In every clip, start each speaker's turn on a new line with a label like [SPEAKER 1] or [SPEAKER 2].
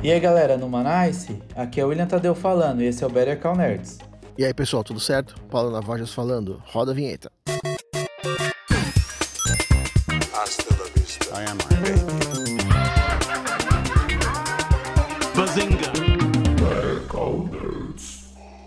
[SPEAKER 1] E aí galera, no Manice, aqui é o William Tadeu falando e esse é o Better Call Nerds.
[SPEAKER 2] E aí pessoal, tudo certo? Paulo Navajas falando, roda a vinheta.
[SPEAKER 3] Hasta la vista. I am baby.
[SPEAKER 4] Bazinga!
[SPEAKER 3] Better Call Nerds.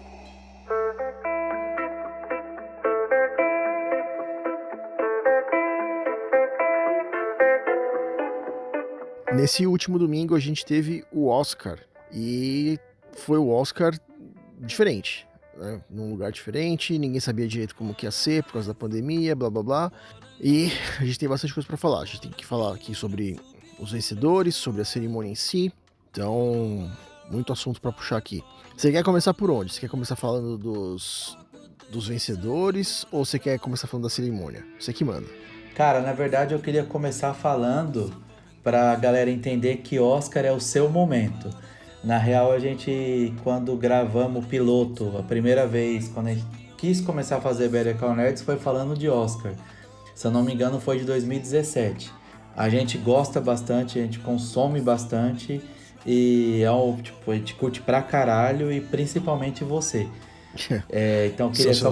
[SPEAKER 2] Nesse último domingo a gente teve o Oscar e foi o Oscar diferente, né? Num lugar diferente, ninguém sabia direito como que ia ser por causa da pandemia, blá blá blá. E a gente tem bastante coisa pra falar. A gente tem que falar aqui sobre os vencedores, sobre a cerimônia em si. Então, muito assunto pra puxar aqui. Você quer começar por onde? Você quer começar falando dos vencedores ou você quer começar falando da cerimônia? Você que manda.
[SPEAKER 1] Cara, na verdade eu queria começar falando pra galera entender que Oscar é o seu momento. Na real, a gente, quando gravamos o piloto, a primeira vez, quando a gente quis começar a fazer Better Call Nerds, foi falando de Oscar. Se eu não me engano, foi de 2017. A gente gosta bastante, a gente consome bastante e tipo, a gente curte pra caralho e principalmente você. Então,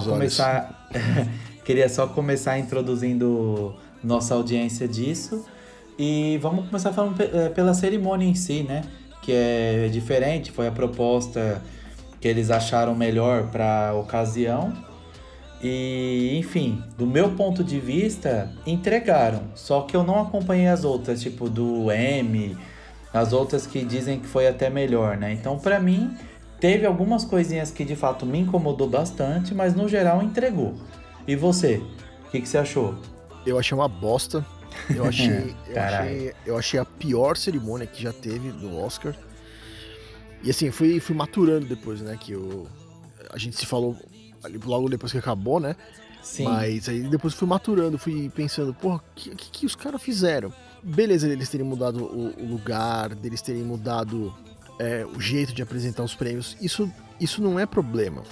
[SPEAKER 1] queria só começar introduzindo nossa audiência disso. E vamos começar falando pela cerimônia em si, né? Que é diferente, foi a proposta que eles acharam melhor para a ocasião. E, enfim, do meu ponto de vista, entregaram. Só que eu não acompanhei as outras, tipo do Emmy, as outras que dizem que foi até melhor, né? Então, para mim, teve algumas coisinhas que de fato me incomodou bastante, mas no geral entregou. E você? O que você achou?
[SPEAKER 2] Eu achei uma bosta. Eu achei a pior cerimônia que já teve no Oscar. E assim, fui maturando depois, né? A gente se falou ali logo depois que acabou, né?
[SPEAKER 1] Sim.
[SPEAKER 2] Mas aí depois fui maturando, fui pensando, porra, o que os caras fizeram? Beleza, eles terem mudado o lugar, deles terem mudado o jeito de apresentar os prêmios. Isso não é problema.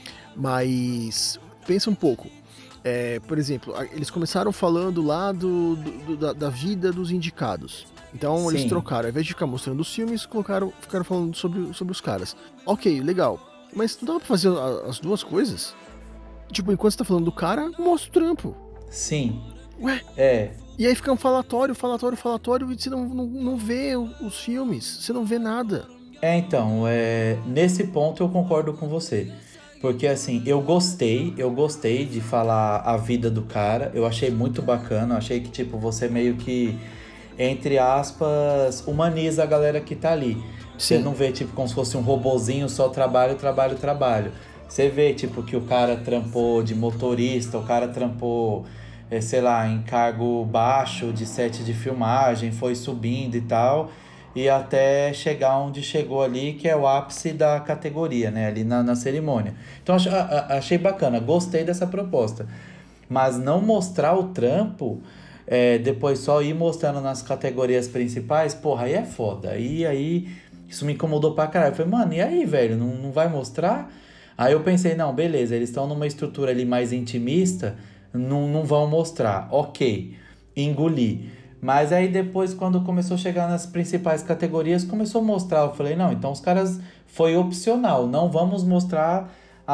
[SPEAKER 2] Mas pensa um pouco. Por exemplo, eles começaram falando lá da vida dos indicados. Então
[SPEAKER 1] Sim.
[SPEAKER 2] Eles trocaram, ao invés de ficar mostrando os filmes, ficaram falando sobre os caras. Ok, legal. Mas não dava pra fazer as duas coisas? Tipo, enquanto você tá falando do cara, mostra o trampo.
[SPEAKER 1] Sim.
[SPEAKER 2] Ué? E aí fica um falatório, e você não vê os filmes, você não vê nada.
[SPEAKER 1] Então, nesse ponto eu concordo com você. Porque assim, eu gostei de falar a vida do cara, eu achei muito bacana, achei que tipo, você meio que, entre aspas, humaniza a galera que tá ali. Você não vê tipo como se fosse um robozinho, só trabalho. Você vê tipo que o cara trampou de motorista, o cara trampou, sei lá, em cargo baixo de set de filmagem, foi subindo e tal, e até chegar onde chegou ali, que é o ápice da categoria, né, ali na cerimônia. Então achei bacana, gostei dessa proposta. Mas não mostrar o trampo, depois só ir mostrando nas categorias principais, porra, aí é foda. Aí isso me incomodou pra caralho. Eu falei, mano, e aí, velho, não vai mostrar? Aí eu pensei, não, beleza, eles estão numa estrutura ali mais intimista, não vão mostrar. Ok, engoli. Mas aí depois, quando começou a chegar nas principais categorias, começou a mostrar. Eu falei, não, então os caras, foi opcional, não vamos mostrar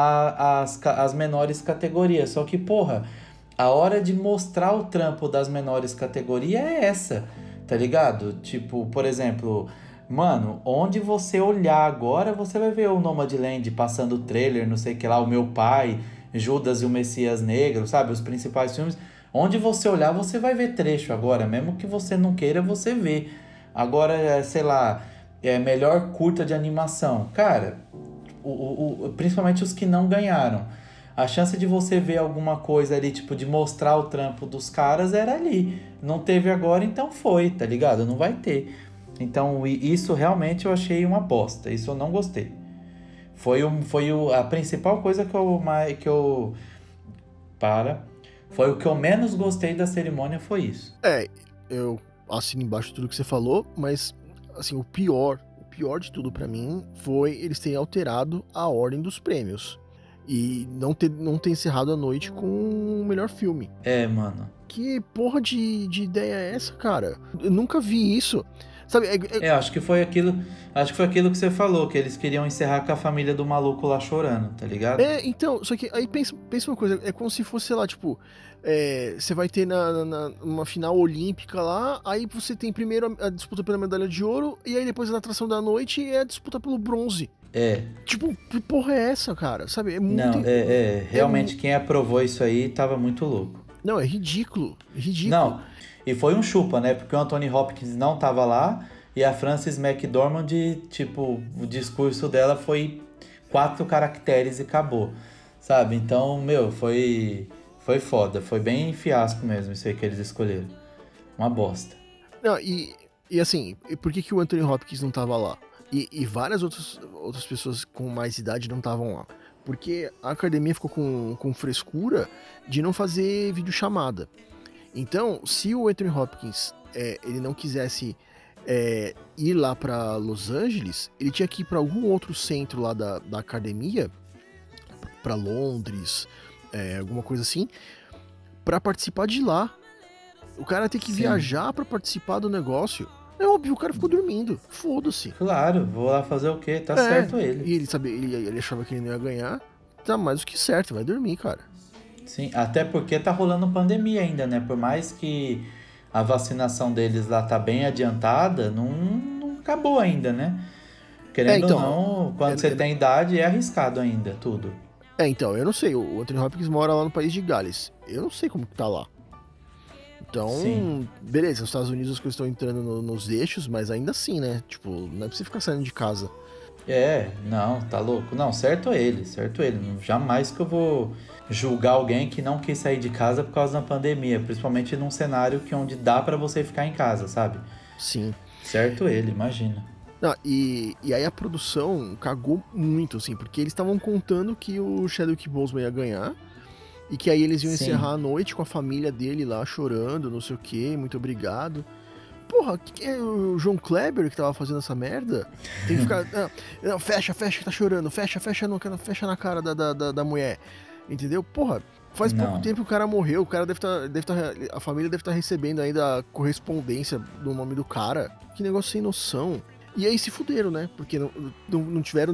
[SPEAKER 1] as menores categorias. Só que, porra, a hora de mostrar o trampo das menores categorias é essa, tá ligado? Tipo, por exemplo, mano, onde você olhar agora, você vai ver o Nomadland passando o trailer, não sei o que lá, O Meu Pai, Judas e o Messias Negro, sabe? Os principais filmes. Onde você olhar, você vai ver trecho agora. Mesmo que você não queira, você vê. Agora, sei lá, melhor curta de animação. Cara, principalmente os que não ganharam. A chance de você ver alguma coisa ali, tipo, de mostrar o trampo dos caras era ali. Não teve agora, então foi, tá ligado? Não vai ter. Então, isso realmente eu achei uma bosta. Isso eu não gostei. Foi a principal coisa Foi o que eu menos gostei da cerimônia, foi isso.
[SPEAKER 2] Eu assino embaixo tudo que você falou, mas, assim, o pior de tudo pra mim foi eles terem alterado a ordem dos prêmios. E não ter encerrado a noite com o melhor filme.
[SPEAKER 1] Mano.
[SPEAKER 2] Que porra de ideia é essa, cara? Eu nunca vi isso. Sabe,
[SPEAKER 1] Acho que foi aquilo que você falou, que eles queriam encerrar com a família do maluco lá chorando, tá ligado?
[SPEAKER 2] Então, só que aí pensa uma coisa, é como se fosse, sei lá, tipo, você vai ter uma final olímpica lá, aí você tem primeiro a disputa pela medalha de ouro, e aí depois na atração da noite é a disputa pelo bronze. Tipo, que porra é essa, cara? Sabe, é muito...
[SPEAKER 1] Não, realmente quem aprovou isso aí tava muito louco.
[SPEAKER 2] Não, é ridículo,
[SPEAKER 1] Não, e foi um chupa, né? Porque o Anthony Hopkins não tava lá e a Frances McDormand, tipo, o discurso dela foi 4 caracteres e acabou, sabe? Então, foi foda, foi bem fiasco mesmo isso aí que eles escolheram. Uma bosta.
[SPEAKER 2] Não, e assim, por que o Anthony Hopkins não tava lá? E várias outras pessoas com mais idade não estavam lá. Porque a academia ficou com frescura de não fazer videochamada. Então, se o Anthony Hopkins ele não quisesse ir lá para Los Angeles, ele tinha que ir para algum outro centro lá da academia, para Londres, alguma coisa assim, para participar de lá. O cara tem que viajar para participar do negócio. É óbvio, o cara ficou dormindo. Foda-se.
[SPEAKER 1] Claro, vou lá fazer o quê? Tá certo ele.
[SPEAKER 2] E ele achava que ele não ia ganhar. Tá mais do que certo, vai dormir, cara.
[SPEAKER 1] Sim, até porque tá rolando pandemia ainda, né? Por mais que a vacinação deles lá tá bem adiantada, não acabou ainda, né? Querendo ou não, quando você tem idade, é arriscado ainda, tudo.
[SPEAKER 2] Então, eu não sei. O Anthony Hopkins mora lá no país de Gales. Eu não sei como que tá lá. Então, beleza, os Estados Unidos as coisas estão entrando nos eixos, mas ainda assim, né? Tipo, não é pra você ficar saindo de casa.
[SPEAKER 1] Não, tá louco. Não, certo ele. Jamais que eu vou julgar alguém que não quis sair de casa por causa da pandemia, principalmente num cenário onde dá pra você ficar em casa, sabe?
[SPEAKER 2] Sim.
[SPEAKER 1] Certo ele, imagina.
[SPEAKER 2] Não, e aí a produção cagou muito, assim, porque eles estavam contando que o Chadwick Boseman ia ganhar, e que aí eles iam encerrar a noite com a família dele lá chorando, não sei o que, muito obrigado. Porra, que é o João Kleber que tava fazendo essa merda? Tem que ficar... não, fecha que tá chorando, fecha na cara da mulher. Entendeu? Porra, faz pouco tempo que o cara morreu, o cara a família deve estar recebendo ainda a correspondência do nome do cara. Que negócio sem noção. E aí se fuderam, né? Porque não tiveram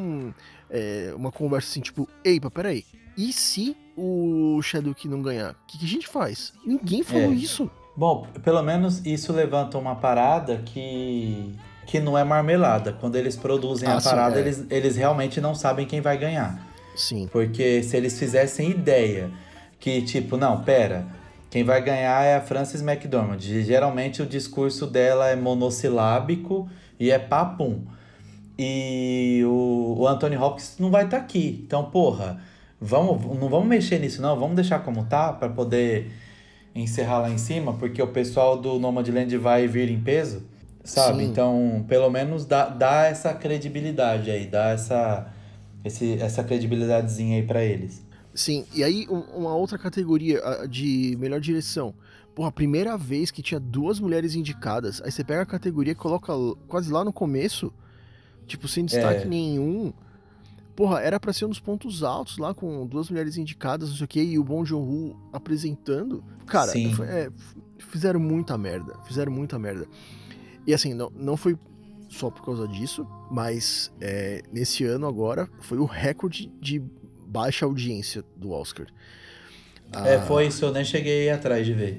[SPEAKER 2] uma conversa assim, tipo, eipa, peraí, e se o Chadwick não ganhar? O que a gente faz? Ninguém falou isso.
[SPEAKER 1] Bom, pelo menos isso levanta uma parada que não é marmelada. Quando eles produzem a parada, eles realmente não sabem quem vai ganhar.
[SPEAKER 2] Sim.
[SPEAKER 1] Porque se eles fizessem ideia que, tipo, não, pera, quem vai ganhar é a Frances McDormand. Geralmente o discurso dela é monossilábico e é papum. E o Anthony Hopkins não vai estar aqui. Então, porra, não vamos mexer nisso não, vamos deixar como tá pra poder encerrar lá em cima, porque o pessoal do Nomadland vai vir em peso, sabe?
[SPEAKER 2] Sim.
[SPEAKER 1] Então, pelo menos dá essa credibilidade aí, dá essa credibilidadezinha aí pra eles.
[SPEAKER 2] Sim, e aí uma outra categoria de melhor direção. Porra, a primeira vez que tinha 2 mulheres indicadas, aí você pega a categoria e coloca quase lá no começo, tipo, sem destaque nenhum. Porra, era pra ser um dos pontos altos lá, com 2 mulheres indicadas, não sei o que, e o Bong Joon-ho apresentando. Cara, fizeram muita merda. E assim, não foi só por causa disso, mas nesse ano agora foi o recorde de baixa audiência do Oscar.
[SPEAKER 1] Foi isso, eu nem cheguei atrás de ver.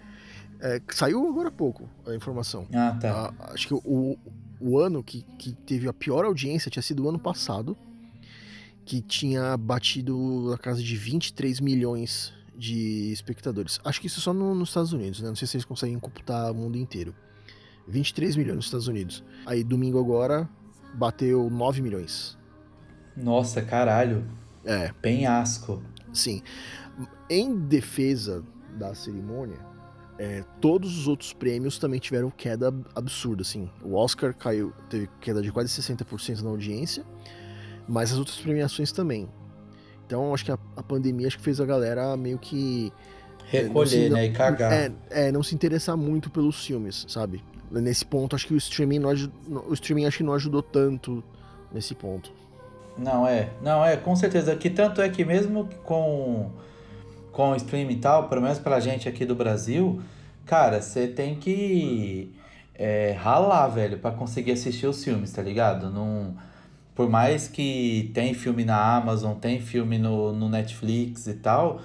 [SPEAKER 2] Saiu agora há pouco a informação.
[SPEAKER 1] Ah, tá.
[SPEAKER 2] Acho que o ano que teve a pior audiência tinha sido o ano passado, que tinha batido na casa de 23 milhões de espectadores. Acho que isso só nos Estados Unidos, né? Não sei se eles conseguem computar o mundo inteiro. 23 milhões nos Estados Unidos. Aí domingo agora bateu 9 milhões.
[SPEAKER 1] Nossa, caralho. Penhasco.
[SPEAKER 2] Sim. Em defesa da cerimônia, todos os outros prêmios também tiveram queda absurda, assim. O Oscar teve queda de quase 60% na audiência, mas as outras premiações também. Então, acho que a pandemia fez a galera meio que...
[SPEAKER 1] recolher, né? E cagar.
[SPEAKER 2] Não se interessar muito pelos filmes, sabe? Nesse ponto, acho que o streaming acho que não ajudou tanto nesse ponto.
[SPEAKER 1] Não, com certeza. Que tanto é que mesmo com o streaming e tal, pelo menos pra gente aqui do Brasil, cara, você tem que ralar, velho, pra conseguir assistir os filmes, tá ligado? Não, por mais que tem filme na Amazon, tem filme no Netflix e tal,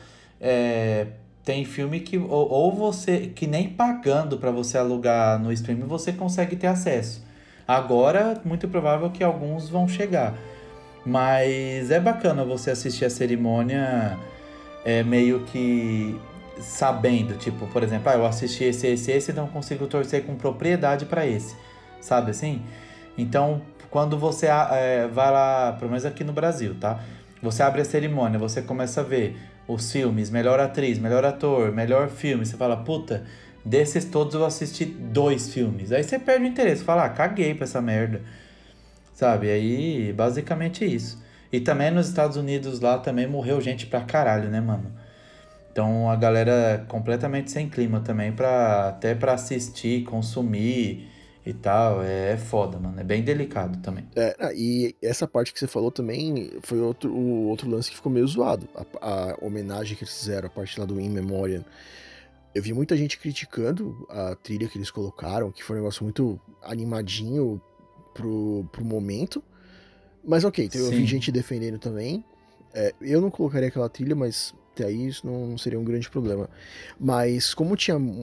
[SPEAKER 1] tem filme que ou você, que nem pagando pra você alugar no streaming, você consegue ter acesso. Agora, muito provável que alguns vão chegar. Mas é bacana você assistir a cerimônia meio que sabendo, tipo, por exemplo, eu assisti esse, então eu consigo torcer com propriedade pra esse, sabe assim? Então, quando você vai lá, pelo menos aqui no Brasil, tá? Você abre a cerimônia, você começa a ver os filmes, melhor atriz, melhor ator, melhor filme, você fala, puta, desses todos eu assisti 2 filmes. Aí você perde o interesse, fala, caguei pra essa merda, sabe? Aí, basicamente isso. E também nos Estados Unidos lá também morreu gente pra caralho, né, mano? Então a galera completamente sem clima também, até pra assistir, consumir e tal. É foda, mano. É bem delicado também.
[SPEAKER 2] E essa parte que você falou também foi o outro lance que ficou meio zoado. A homenagem que eles fizeram, a parte lá do In Memoriam. Eu vi muita gente criticando a trilha que eles colocaram, que foi um negócio muito animadinho pro momento. Mas ok, então eu vi gente defendendo também. Eu não colocaria aquela trilha, mas até aí isso não seria um grande problema. Mas como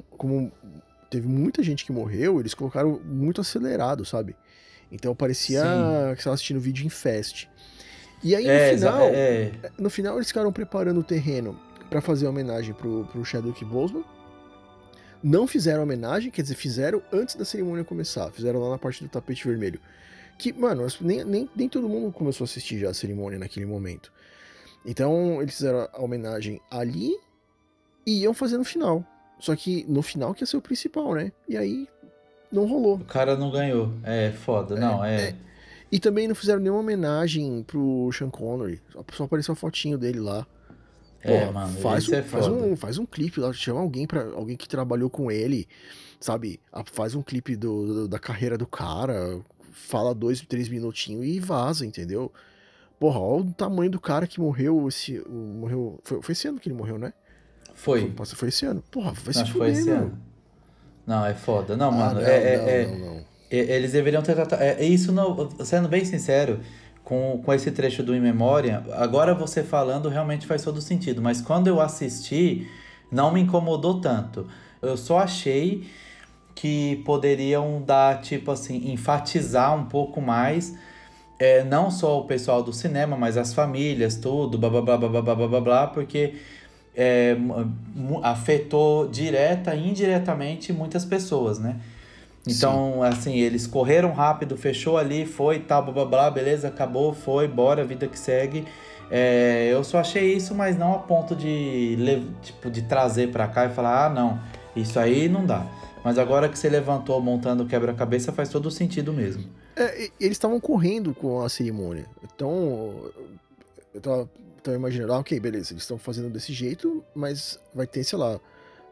[SPEAKER 2] teve muita gente que morreu, eles colocaram muito acelerado, sabe? Então parecia que você estava assistindo vídeo em Fast. E aí no final eles ficaram preparando o terreno para fazer a homenagem pro Chadwick Boseman. Não fizeram homenagem, quer dizer, fizeram antes da cerimônia começar. Fizeram lá na parte do tapete vermelho. Que, mano, nem todo mundo começou a assistir já a cerimônia naquele momento. Então, eles fizeram a homenagem ali e iam fazer no final. Só que no final que ia ser o principal, né? E aí, não rolou.
[SPEAKER 1] O cara não ganhou. É foda, não,
[SPEAKER 2] E também não fizeram nenhuma homenagem pro Sean Connery. Só apareceu a fotinho dele lá.
[SPEAKER 1] Mano,
[SPEAKER 2] faz um clipe lá, chama alguém que trabalhou com ele, sabe? Faz um clipe da carreira do cara, fala 2, 3 minutinhos e vaza, entendeu? Porra, olha o tamanho do cara que morreu foi esse ano que ele morreu, né?
[SPEAKER 1] Foi
[SPEAKER 2] esse ano. Porra, vai se
[SPEAKER 1] Acho que foi esse
[SPEAKER 2] fuder,
[SPEAKER 1] ano. Não, é foda. Não, mano,
[SPEAKER 2] não.
[SPEAKER 1] Eles deveriam ter tratado. Isso, não, sendo bem sincero, com esse trecho do In Memoriam, agora você falando realmente faz todo sentido, mas quando eu assisti, não me incomodou tanto. Eu só achei que poderiam dar, tipo assim, enfatizar um pouco mais, não só o pessoal do cinema, mas as famílias, tudo, blá blá blá blá blá blá blá blá, porque afetou direta e indiretamente muitas pessoas, né? Então, assim, eles correram rápido, fechou ali, foi, tal, blá blá blá, beleza, acabou, foi, bora, vida que segue. Eu só achei isso, mas não a ponto de trazer pra cá e falar, não, isso aí não dá. Mas agora que você levantou montando o quebra-cabeça, faz todo sentido mesmo.
[SPEAKER 2] Eles estavam correndo com a cerimônia. Então, eu tava imaginando, ok, beleza, eles estão fazendo desse jeito, mas vai ter, sei lá,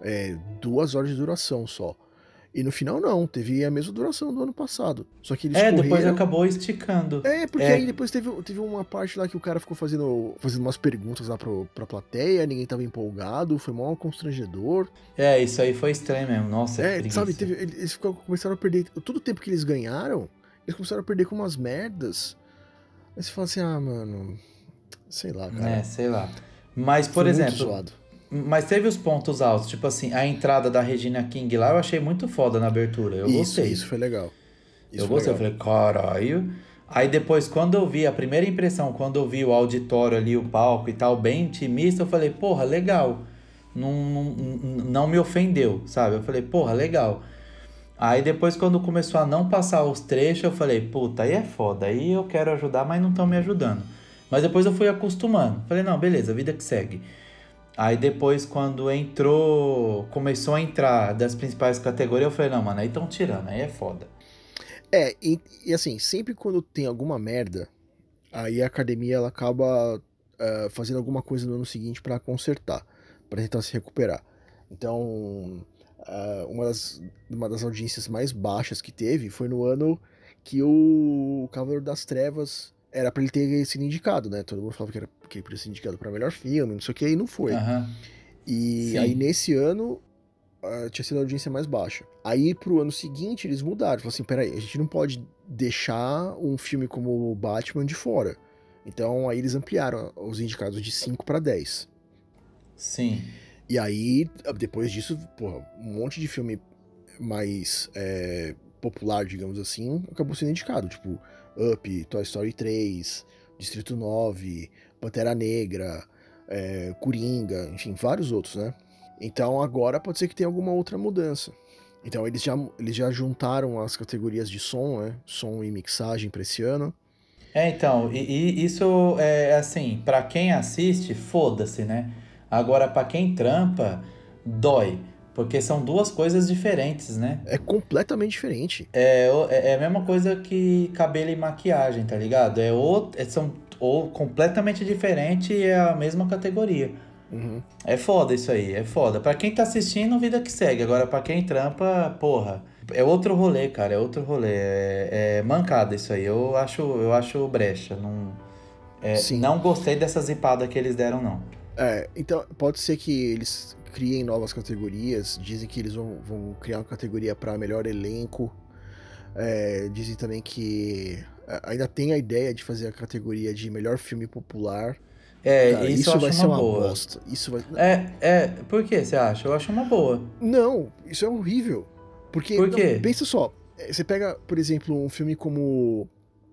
[SPEAKER 2] 2 horas de duração só. E no final não, teve a mesma duração do ano passado. Só que eles correram...
[SPEAKER 1] depois acabou esticando.
[SPEAKER 2] Porque aí depois teve uma parte lá que o cara ficou fazendo umas perguntas lá pra plateia, ninguém tava empolgado, foi mó constrangedor.
[SPEAKER 1] Isso aí foi estranho mesmo, nossa,
[SPEAKER 2] sabe, eles começaram a perder, todo o tempo que eles ganharam, eles começaram a perder com umas merdas. Aí você fala assim, mano, sei lá, cara.
[SPEAKER 1] Sei lá. Mas, por exemplo... Mas teve os pontos altos, tipo assim, a entrada da Regina King lá eu achei muito foda na abertura, eu gostei.
[SPEAKER 2] Isso foi legal.
[SPEAKER 1] Eu gostei, eu falei, caralho. Aí depois, quando eu vi, a primeira impressão, quando eu vi o auditório ali, o palco e tal, bem intimista, eu falei, porra, legal. Não me ofendeu, sabe? Eu falei, porra, legal. Aí depois, quando começou a não passar os trechos, eu falei, puta, aí é foda, aí eu quero ajudar, mas não estão me ajudando. Mas depois eu fui acostumando. Falei, não, beleza, vida que segue. Aí depois, quando começou a entrar das principais categorias, eu falei, não, mano, aí estão tirando, aí é foda.
[SPEAKER 2] E assim, sempre quando tem alguma merda, aí a academia ela acaba fazendo alguma coisa no ano seguinte pra consertar, pra tentar se recuperar. Então, uma das audiências mais baixas que teve foi no ano que o Cavaleiro das Trevas era pra ele ter sido indicado, né? Todo mundo falava que ele podia ser indicado pra melhor filme, não sei o que, e não foi.
[SPEAKER 1] Uhum.
[SPEAKER 2] E
[SPEAKER 1] Sim.
[SPEAKER 2] aí nesse ano tinha sido a audiência mais baixa. Aí pro ano seguinte eles mudaram, falaram assim, peraí, a gente não pode deixar um filme como o Batman de fora. Então aí eles ampliaram os indicados de 5 para 10.
[SPEAKER 1] Sim.
[SPEAKER 2] E aí, depois disso, porra, um monte de filme mais popular, digamos assim, acabou sendo indicado. Tipo, Up, Toy Story 3, Distrito 9, Pantera Negra, Coringa, enfim, vários outros, né? Então agora pode ser que tenha alguma outra mudança. Então eles já juntaram as categorias de som, né? Som e mixagem para esse ano.
[SPEAKER 1] Então, e isso é assim, pra quem assiste, foda-se, né? Agora, pra quem trampa, dói. Porque são duas coisas diferentes, né?
[SPEAKER 2] É completamente diferente.
[SPEAKER 1] É a mesma coisa que cabelo e maquiagem, tá ligado? São completamente diferentes e é a mesma categoria.
[SPEAKER 2] Uhum.
[SPEAKER 1] É foda isso aí, é foda. Pra quem tá assistindo, vida que segue. Agora, pra quem trampa, porra, é outro rolê, cara, é outro rolê. É mancada isso aí. Eu acho brecha.
[SPEAKER 2] Sim.
[SPEAKER 1] Não gostei dessa zipada que eles deram, não.
[SPEAKER 2] Então pode ser que eles criem novas categorias. Dizem que eles vão criar uma categoria para melhor elenco. Dizem também que ainda tem a ideia de fazer a categoria de melhor filme popular. Cara,
[SPEAKER 1] Isso eu acho
[SPEAKER 2] vai ser
[SPEAKER 1] uma
[SPEAKER 2] uma
[SPEAKER 1] boa.
[SPEAKER 2] bosta. Isso vai...
[SPEAKER 1] Por que você acha? Eu acho uma boa.
[SPEAKER 2] Não, isso é horrível. Porque,
[SPEAKER 1] Por quê?
[SPEAKER 2] não, pensa só, você pega, por exemplo, um filme como...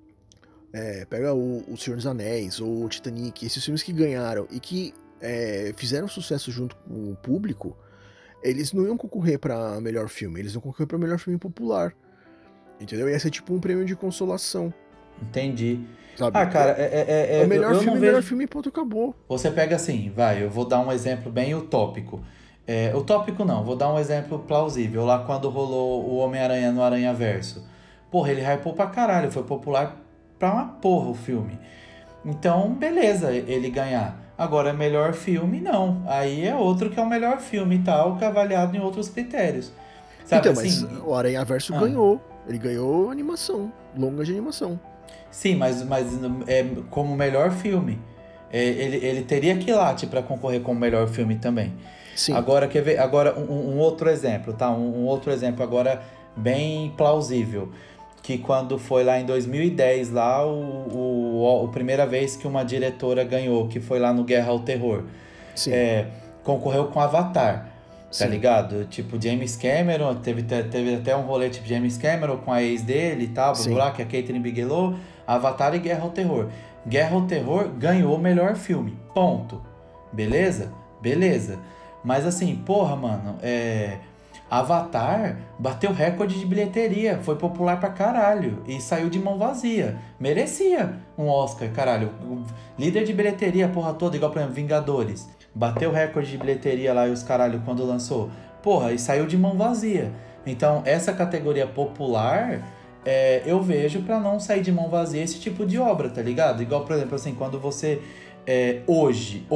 [SPEAKER 2] pega o Senhor dos Anéis ou o Titanic, esses filmes que ganharam e que fizeram sucesso junto com o público, eles não iam concorrer pra melhor filme, eles iam concorrer pra melhor filme popular. Entendeu? Ia ser tipo um prêmio de consolação.
[SPEAKER 1] Entendi.
[SPEAKER 2] Sabe?
[SPEAKER 1] Ah, cara,
[SPEAKER 2] o melhor
[SPEAKER 1] eu
[SPEAKER 2] filme,
[SPEAKER 1] não
[SPEAKER 2] melhor
[SPEAKER 1] vejo...
[SPEAKER 2] filme, ponto, acabou.
[SPEAKER 1] Você pega assim, eu vou dar um exemplo bem utópico. Utópico não, vou dar um exemplo plausível. Lá quando rolou o Homem-Aranha no Aranhaverso. Porra, ele hypou pra caralho, foi popular pra uma porra o filme. Então, beleza, ele ganhar. Agora, melhor filme, não. Aí é outro que é o melhor filme e tal, que é avaliado em outros critérios. Sabe
[SPEAKER 2] Então,
[SPEAKER 1] assim?
[SPEAKER 2] mas o Aranhaverso ganhou. Ele ganhou animação, longa de animação.
[SPEAKER 1] Sim, mas como melhor filme. Ele teria que ir lá pra concorrer como melhor filme também.
[SPEAKER 2] Sim.
[SPEAKER 1] Agora, quer ver? Agora, um outro exemplo, tá? Um outro exemplo agora bem plausível. Que quando foi lá em 2010, lá, a primeira vez que uma diretora ganhou, que foi lá no Guerra ao Terror.
[SPEAKER 2] Sim.
[SPEAKER 1] Concorreu com Avatar. Tá
[SPEAKER 2] Sim.
[SPEAKER 1] ligado? Tipo, James Cameron, teve até um rolê tipo James Cameron com a ex dele e tal, blá, que é a Catherine Bigelow, Avatar e Guerra ao Terror. Guerra ao Terror ganhou o melhor filme, ponto. Beleza? Beleza. Mas assim, porra, mano, Avatar bateu recorde de bilheteria, foi popular pra caralho e saiu de mão vazia. Merecia um Oscar, caralho. Líder de bilheteria, porra toda, igual, por exemplo, Vingadores. Bateu recorde de bilheteria lá e os caralho quando lançou. Porra, e saiu de mão vazia. Então, essa categoria popular, eu vejo pra não sair de mão vazia esse tipo de obra, tá ligado? Igual, por exemplo, assim, quando você... hoje,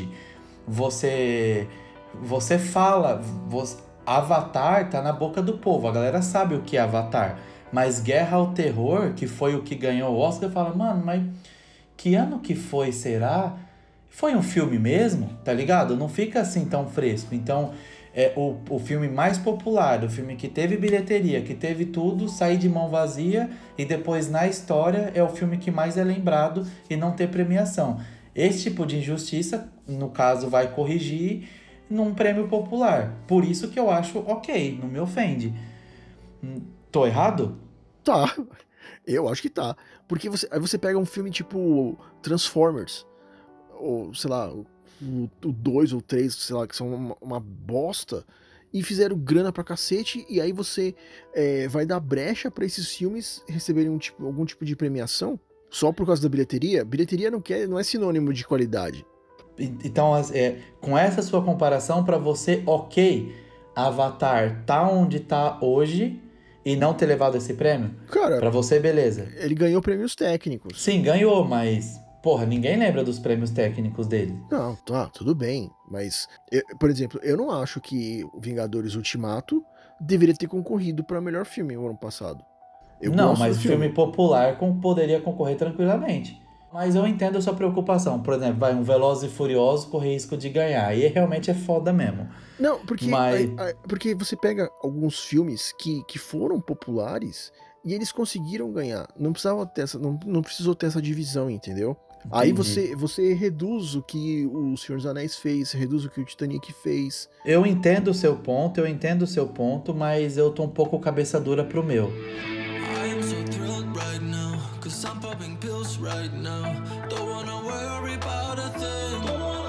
[SPEAKER 1] você fala... Avatar tá na boca do povo, a galera sabe o que é Avatar. Mas Guerra ao Terror, que foi o que ganhou o Oscar, fala, mano, mas que ano que foi, será? Foi um filme mesmo, tá ligado? Não fica assim tão fresco. Então, o filme mais popular, o filme que teve bilheteria, que teve tudo, sair de mão vazia e depois na história é o filme que mais é lembrado e não ter premiação. Esse tipo de injustiça, no caso, vai corrigir num prêmio popular. Por isso que eu acho ok, não me ofende. Tô errado?
[SPEAKER 2] Tá, eu acho que tá. Porque aí você pega um filme tipo Transformers, ou sei lá, o 2 ou 3, sei lá, que são uma bosta, e fizeram grana pra cacete, e aí você vai dar brecha pra esses filmes receberem algum tipo de premiação só por causa da bilheteria? Bilheteria não é sinônimo de qualidade.
[SPEAKER 1] Então, com essa sua comparação, pra você, ok, Avatar tá onde tá hoje e não ter levado esse prêmio?
[SPEAKER 2] Cara,
[SPEAKER 1] pra você, beleza.
[SPEAKER 2] Ele ganhou prêmios técnicos.
[SPEAKER 1] Sim, ganhou, mas... Porra, ninguém lembra dos prêmios técnicos dele.
[SPEAKER 2] Não, tá, tudo bem. Mas, por exemplo, eu não acho que o Vingadores Ultimato deveria ter concorrido para melhor filme o ano passado.
[SPEAKER 1] Não, mas filme popular poderia concorrer tranquilamente. Mas eu entendo a sua preocupação. Por exemplo, vai um Velozes e Furiosos correr risco de ganhar. E realmente é foda mesmo.
[SPEAKER 2] Não, porque,
[SPEAKER 1] Mas...
[SPEAKER 2] porque você pega alguns filmes que foram populares e eles conseguiram ganhar. Não precisava ter não precisou ter essa divisão, entendeu? Aí você reduz o que o Senhor dos Anéis fez, reduz o que o Titanic fez.
[SPEAKER 1] Eu entendo o seu ponto, mas eu tô um pouco cabeça dura pro meu.
[SPEAKER 5] I am so thrilled right now, 'cause I'm popping pills right now. Don't wanna worry about a thing,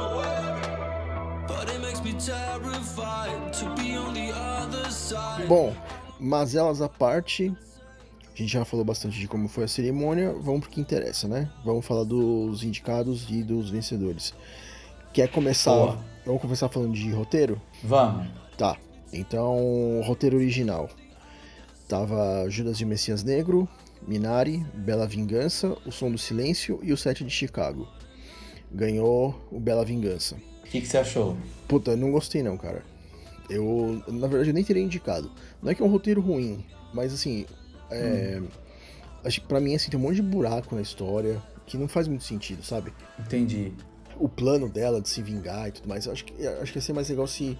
[SPEAKER 5] but it makes me terrified to be on the other side.
[SPEAKER 2] Bom, mazelas à parte, a gente já falou bastante de como foi a cerimônia, vamos pro que interessa, né? Vamos falar dos indicados e dos vencedores. Quer começar?
[SPEAKER 1] Boa.
[SPEAKER 2] Vamos começar falando de roteiro?
[SPEAKER 1] Vamos.
[SPEAKER 2] Tá, então, roteiro original. Tava Judas e o Messias Negro, Minari, Bela Vingança, O Som do Silêncio e O Sete de Chicago. Ganhou o Bela Vingança.
[SPEAKER 1] O que você achou?
[SPEAKER 2] Puta, não gostei não, cara. Na verdade, eu nem teria indicado. Não é que é um roteiro ruim, mas assim, acho que pra mim, assim, tem um monte de buraco na história que não faz muito sentido, sabe?
[SPEAKER 1] Entendi.
[SPEAKER 2] O plano dela de se vingar e tudo mais, acho que ia ser mais legal se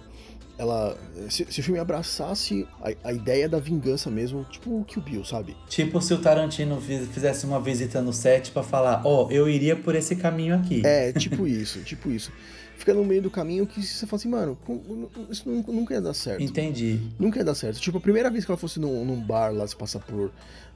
[SPEAKER 2] o filme abraçasse a ideia da vingança mesmo, tipo o Kill Bill, sabe?
[SPEAKER 1] Tipo se o Tarantino fizesse uma visita no set pra falar, eu iria por esse caminho aqui.
[SPEAKER 2] É, tipo isso. Fica no meio do caminho que você fala assim, mano, isso nunca ia dar certo.
[SPEAKER 1] Entendi.
[SPEAKER 2] Nunca ia dar certo. Tipo, a primeira vez que ela fosse num bar lá, se passar por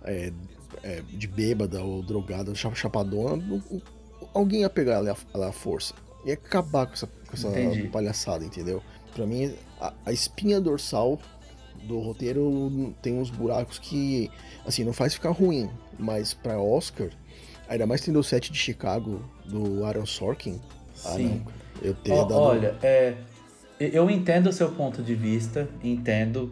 [SPEAKER 2] de bêbada ou drogada, chapadona, alguém ia pegar ela à força. Ia acabar com essa palhaçada, entendeu? Pra mim, a espinha dorsal do roteiro tem uns buracos que, assim, não faz ficar ruim, mas pra Oscar, ainda mais tendo o Sete de Chicago do Aaron Sorkin,
[SPEAKER 1] Sim.
[SPEAKER 2] Não, eu teria dado...
[SPEAKER 1] Olha, eu entendo o seu ponto de vista, entendo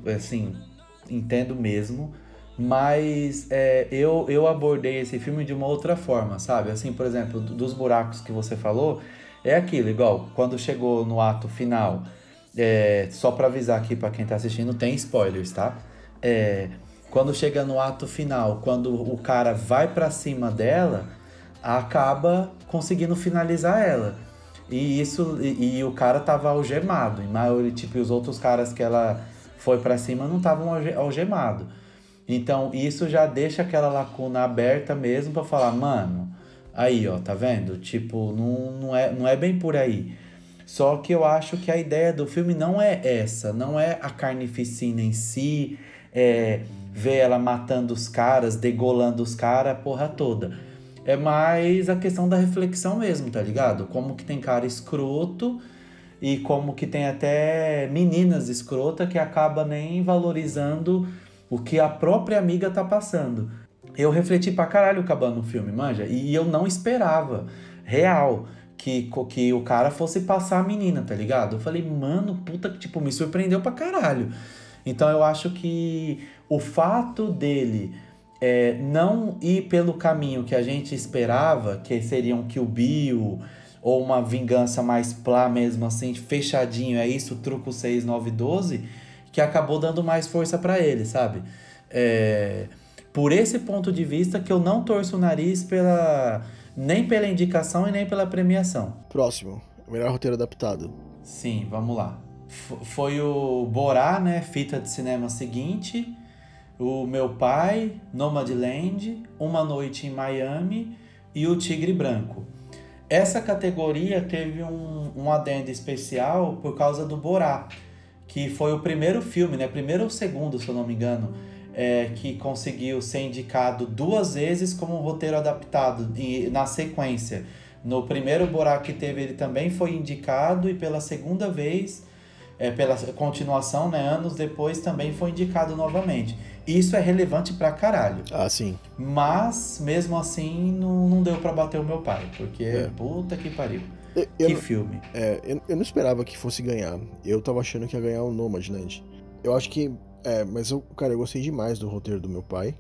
[SPEAKER 1] mesmo, mas eu abordei esse filme de uma outra forma, sabe? Assim, por exemplo, dos buracos que você falou, é aquilo, igual, quando chegou no ato final, só pra avisar aqui pra quem tá assistindo, tem spoilers, tá? Quando chega no ato final, quando o cara vai pra cima dela, acaba conseguindo finalizar ela. E o cara tava algemado, e os outros caras que ela foi pra cima não estavam algemados. Então isso já deixa aquela lacuna aberta mesmo pra falar, mano, aí ó, tá vendo? Tipo, não é bem por aí. Só que eu acho que a ideia do filme não é essa, não é a carnificina em si, ver ela matando os caras, degolando os caras, a porra toda. É mais a questão da reflexão mesmo, tá ligado? Como que tem cara escroto e como que tem até meninas escrotas que acaba nem valorizando o que a própria amiga tá passando. Eu refleti pra caralho acabando o filme, manja, e eu não esperava, real, que o cara fosse passar a menina, tá ligado? Eu falei, mano, puta que, tipo, me surpreendeu pra caralho. Então eu acho que o fato dele não ir pelo caminho que a gente esperava, que seria um Kill Bill, ou uma vingança mais plá mesmo, assim, fechadinho, é isso, truco 6, 9, 12, que acabou dando mais força pra ele, sabe? Por esse ponto de vista que eu não torço o nariz nem pela indicação e nem pela premiação.
[SPEAKER 2] Próximo, o melhor roteiro adaptado.
[SPEAKER 1] Sim, vamos lá. Foi o Borá, né? Fita de cinema seguinte. O Meu Pai, Nomadland, Uma Noite em Miami e O Tigre Branco. Essa categoria teve um adendo especial por causa do Borá, que foi o primeiro filme, né? Primeiro ou segundo, se eu não me engano, que conseguiu ser indicado 2 vezes como um roteiro adaptado e na sequência. No primeiro Borá que teve, ele também foi indicado e pela segunda vez, pela continuação, né, anos depois, também foi indicado novamente. Isso é relevante pra caralho.
[SPEAKER 2] Ah, sim.
[SPEAKER 1] Mas, mesmo assim, não deu pra bater o Meu Pai, porque puta que pariu. Que filme.
[SPEAKER 2] Eu não esperava que fosse ganhar. Eu tava achando que ia ganhar o Nomadland. Eu acho que... mas eu gostei demais do roteiro do Meu Pai.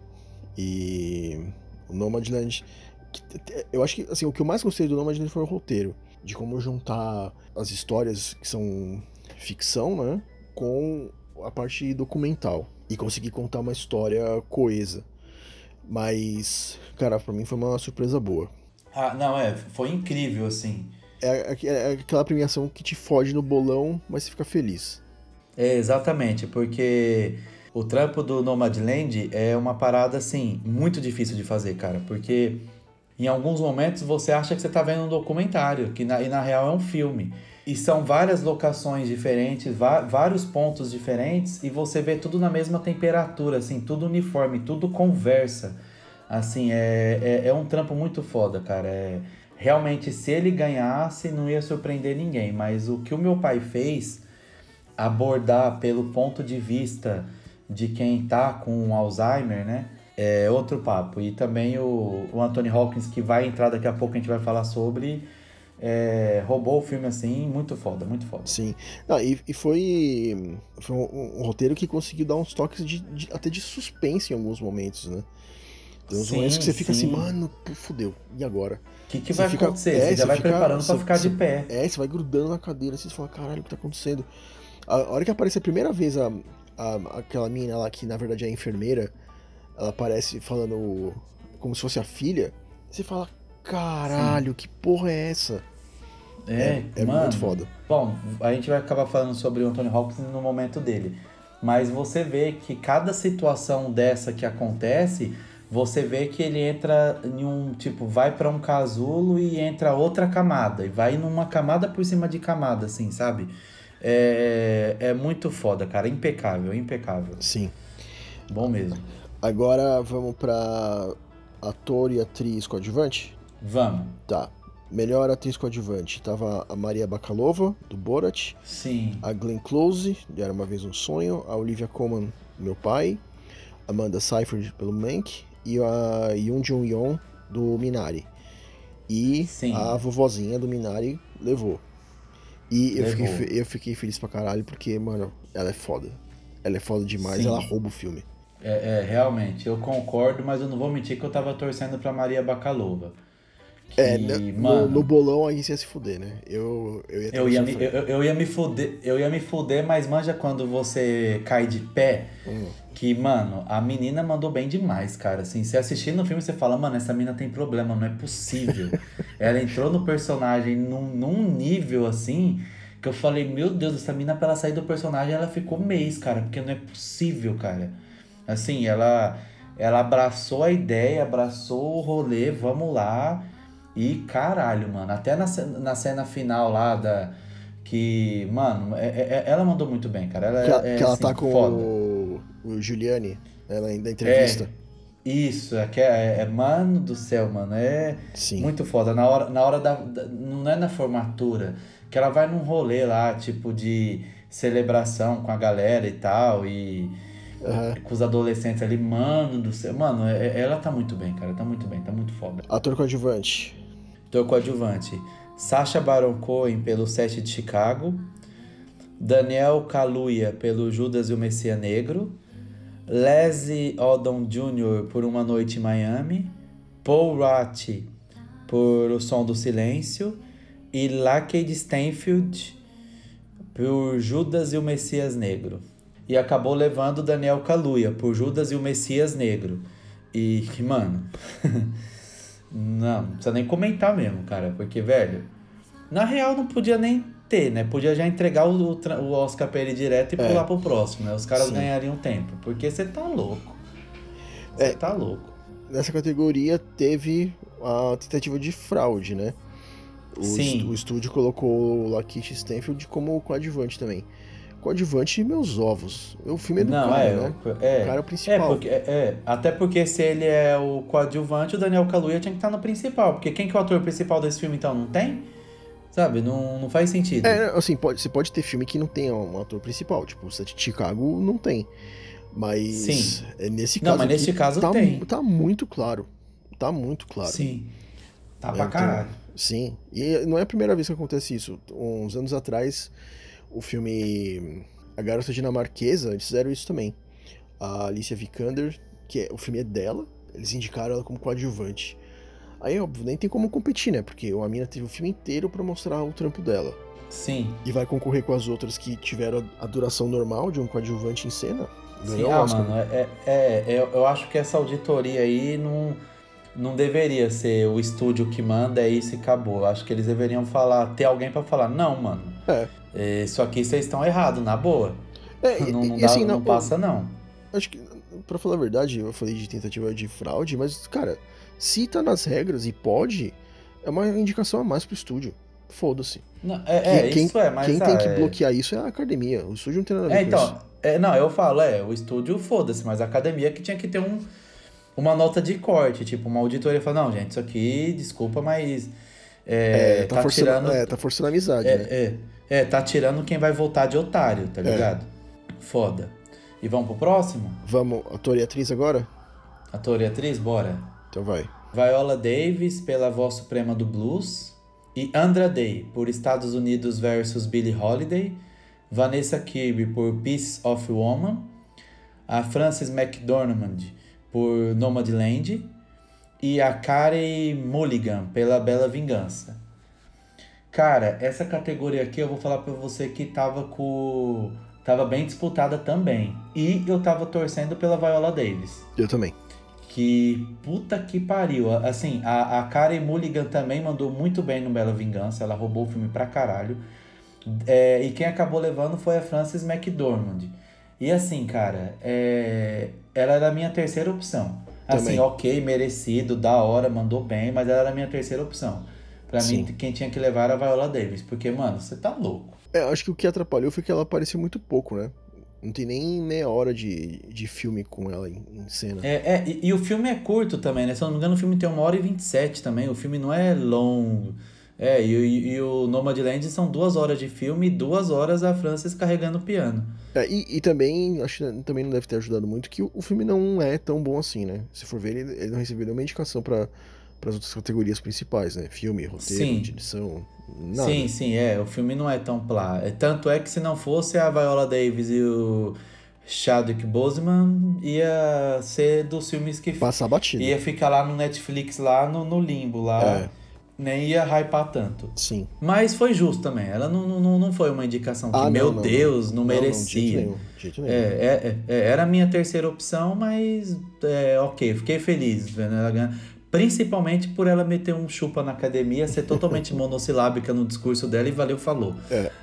[SPEAKER 2] E o Nomadland... Eu acho que, assim, o que eu mais gostei do Nomadland foi o roteiro. De como juntar as histórias que são ficção, né? Com a parte documental. E conseguir contar uma história coesa. Mas, cara, pra mim foi uma surpresa boa.
[SPEAKER 1] Ah, não, foi incrível, assim.
[SPEAKER 2] É aquela premiação que te foge no bolão, mas você fica feliz.
[SPEAKER 1] É, exatamente, porque o trampo do Nomadland é uma parada, assim, muito difícil de fazer, cara. Porque em alguns momentos você acha que você tá vendo um documentário, e na real é um filme. E são várias locações diferentes, vários pontos diferentes, e você vê tudo na mesma temperatura, assim, tudo uniforme, tudo conversa. Assim, é um trampo muito foda, cara. Realmente, se ele ganhasse, não ia surpreender ninguém. Mas o que o meu pai fez, abordar pelo ponto de vista de quem tá com Alzheimer, né? É outro papo. E também o Anthony Hopkins, que vai entrar daqui a pouco, a gente vai falar sobre... roubou o filme assim, muito foda, muito foda.
[SPEAKER 2] Sim. Não, e foi um roteiro que conseguiu dar uns toques até de suspense em alguns momentos, né? Tem uns momentos que você fica assim, mano, fudeu, e agora?
[SPEAKER 1] O que vai acontecer? Você já vai preparando pra ficar de pé.
[SPEAKER 2] Você vai grudando na cadeira, assim, você fala, caralho, o que tá acontecendo? A hora que aparece a primeira vez aquela mina lá, que na verdade é a enfermeira, ela aparece falando como se fosse a filha, você fala, caralho, que porra é essa?
[SPEAKER 1] Mano,
[SPEAKER 2] muito foda.
[SPEAKER 1] Bom, a gente vai acabar falando sobre o Anthony Hopkins no momento dele. Mas você vê que cada situação dessa que acontece, você vê que ele entra em um, tipo, vai pra um casulo e entra outra camada. E vai numa camada por cima de camada, assim, sabe? É muito foda, cara. Impecável, impecável.
[SPEAKER 2] Sim.
[SPEAKER 1] Bom mesmo.
[SPEAKER 2] Agora vamos pra ator e atriz coadjuvante?
[SPEAKER 1] Vamos.
[SPEAKER 2] Tá. Melhor atriz coadjuvante. Tava a Maria Bakalova, do Borat.
[SPEAKER 1] Sim.
[SPEAKER 2] A Glenn Close, de Era Uma Vez um Sonho. A Olivia Colman, Meu Pai. Amanda Seyfried, pelo Mank. E a Yoon Jung-yeon, do Minari. E
[SPEAKER 1] Sim.
[SPEAKER 2] A vovozinha do Minari levou. E eu fiquei feliz pra caralho, porque, mano, ela é foda. Ela é foda demais,
[SPEAKER 1] Sim.
[SPEAKER 2] Ela rouba o filme.
[SPEAKER 1] Realmente, eu concordo, mas eu não vou mentir que eu tava torcendo pra Maria Bakalova.
[SPEAKER 2] No bolão aí você ia se fuder, né? Eu
[SPEAKER 1] ia me fuder, mas manja quando você cai de pé, que, mano, a menina mandou bem demais, cara. Assim, você assistindo o filme, você fala, mano, essa menina tem problema, não é possível. Ela entrou no personagem num nível, assim, que eu falei, meu Deus, essa menina, pra ela sair do personagem, ela ficou mês, cara, porque não é possível, cara. Assim, ela abraçou a ideia, abraçou o rolê, vamos lá. E caralho, mano, até na cena final lá que, mano, ela mandou muito bem, cara. Ela
[SPEAKER 2] ela
[SPEAKER 1] assim,
[SPEAKER 2] tá com
[SPEAKER 1] foda.
[SPEAKER 2] o Giuliani, ela da entrevista.
[SPEAKER 1] Isso, mano do céu, mano,
[SPEAKER 2] Sim.
[SPEAKER 1] muito foda. Na hora não é na formatura, que ela vai num rolê lá, tipo de celebração com a galera e tal, e com os adolescentes ali, mano do céu. Mano, ela tá muito bem, cara, tá muito bem, tá muito foda.
[SPEAKER 2] Ator coadjuvante.
[SPEAKER 1] Ator coadjuvante. Sacha Baron Cohen pelo Sete de Chicago. Daniel Kaluuya pelo Judas e o Messias Negro. Leslie Odom Jr. por Uma Noite em Miami. Paul Rudd por O Som do Silêncio. E Lakeith Stanfield por Judas e o Messias Negro. E acabou levando Daniel Kaluuya por Judas e o Messias Negro. E, mano... não precisa nem comentar mesmo, cara. Porque, velho... Na real, não podia nem ter, né? Podia já entregar o Oscar pra ele direto e pular pro próximo, né? Os caras ganhariam tempo. Porque você tá louco. Você tá louco.
[SPEAKER 2] Nessa categoria teve a tentativa de fraude, né?
[SPEAKER 1] Sim.
[SPEAKER 2] O estúdio colocou o Lakeith Stanfield como coadjuvante também. Coadjuvante e meus ovos. O filme é do cara, né? O cara é o principal.
[SPEAKER 1] Até porque se ele é o coadjuvante, o Daniel Kaluuya tinha que estar no principal. Porque quem que é o ator principal desse filme, então? Não tem? Sabe? Não faz sentido.
[SPEAKER 2] Assim, você pode ter filme que não tem um ator principal. Tipo, o Sete de Chicago não tem. Mas...
[SPEAKER 1] Sim.
[SPEAKER 2] Nesse caso
[SPEAKER 1] mas nesse caso
[SPEAKER 2] tem. Tá muito claro. Tá muito claro.
[SPEAKER 1] Sim. Tá pra caralho.
[SPEAKER 2] Sim. E não é a primeira vez que acontece isso. Uns anos atrás... O filme A Garota Dinamarquesa, eles fizeram isso também. A Alicia Vikander, o filme é dela, eles indicaram ela como coadjuvante. Aí, óbvio, nem tem como competir, né? Porque a mina teve o filme inteiro pra mostrar o trampo dela.
[SPEAKER 1] Sim.
[SPEAKER 2] E vai concorrer com as outras que tiveram a duração normal de um coadjuvante em cena. Ganhou o Oscar.
[SPEAKER 1] Mano, eu acho que essa auditoria aí não deveria ser o estúdio que manda, é isso e acabou. Eu acho que eles deveriam ter alguém pra falar, não, mano, isso aqui vocês estão errados, na boa. Não passa, não.
[SPEAKER 2] Acho que, pra falar a verdade, eu falei de tentativa de fraude, mas, cara, se tá nas regras e pode, é uma indicação a mais pro estúdio. Foda-se.
[SPEAKER 1] Mas
[SPEAKER 2] quem tem que bloquear isso é a academia. O estúdio não tem nada a ver com isso.
[SPEAKER 1] Eu falo, o estúdio foda-se, mas a academia que tinha que ter uma nota de corte, tipo, uma auditoria fala, não, gente, isso aqui, desculpa, mas
[SPEAKER 2] tá forçando a amizade, né?
[SPEAKER 1] Tá tirando quem vai votar de otário, tá ligado? Foda. E vamos pro próximo?
[SPEAKER 2] Vamos, ator e atriz agora?
[SPEAKER 1] Ator e atriz, bora.
[SPEAKER 2] Então vai.
[SPEAKER 1] Viola Davis, pela Voz Suprema do Blues, e Andra Day, por Estados Unidos versus Billie Holiday, Vanessa Kirby, por Piece of Woman, a Frances McDormand, por Nomadland, e a Carey Mulligan, pela Bela Vingança. Cara, essa categoria aqui eu vou falar pra você que tava bem disputada também. E eu tava torcendo pela Viola Davis.
[SPEAKER 2] Eu também.
[SPEAKER 1] Que puta que pariu. Assim, a Carey Mulligan também mandou muito bem no Bela Vingança. Ela roubou o filme pra caralho. E quem acabou levando foi a Frances McDormand. E assim, cara, ela era a minha terceira opção. Assim,
[SPEAKER 2] também.
[SPEAKER 1] Ok, merecido, da hora, mandou bem, mas ela era a minha terceira opção. Pra mim, quem tinha que levar era a Viola Davis. Porque, mano, você tá louco.
[SPEAKER 2] Acho que o que atrapalhou foi que ela apareceu muito pouco, né? Não tem nem meia hora de filme com ela em cena.
[SPEAKER 1] E o filme é curto também, né? Se eu não me engano, o filme tem 1h27 também. O filme não é longo. E o Nomadland são 2 horas de filme e 2 horas a Frances carregando o piano.
[SPEAKER 2] E também, acho que também não deve ter ajudado muito que o filme não é tão bom assim, né? Se for ver, ele não recebeu nenhuma indicação para as outras categorias principais, né? Filme, roteiro, direção, nada.
[SPEAKER 1] Sim, o filme não é tão plá. Tanto é que se não fosse a Viola Davis e o Chadwick Boseman, ia ser dos filmes que...
[SPEAKER 2] Passar batido.
[SPEAKER 1] Ia ficar lá no Netflix, lá no limbo, lá... Nem ia hypar tanto.
[SPEAKER 2] Sim.
[SPEAKER 1] Mas foi justo também. Ela não foi uma indicação que, Deus, não merecia.
[SPEAKER 2] De jeito nenhum.
[SPEAKER 1] Era a minha terceira opção, mas ok, fiquei feliz vendo ela ganhar. Principalmente por ela meter um chupa na academia, ser totalmente monossilábica no discurso dela e valeu, falou.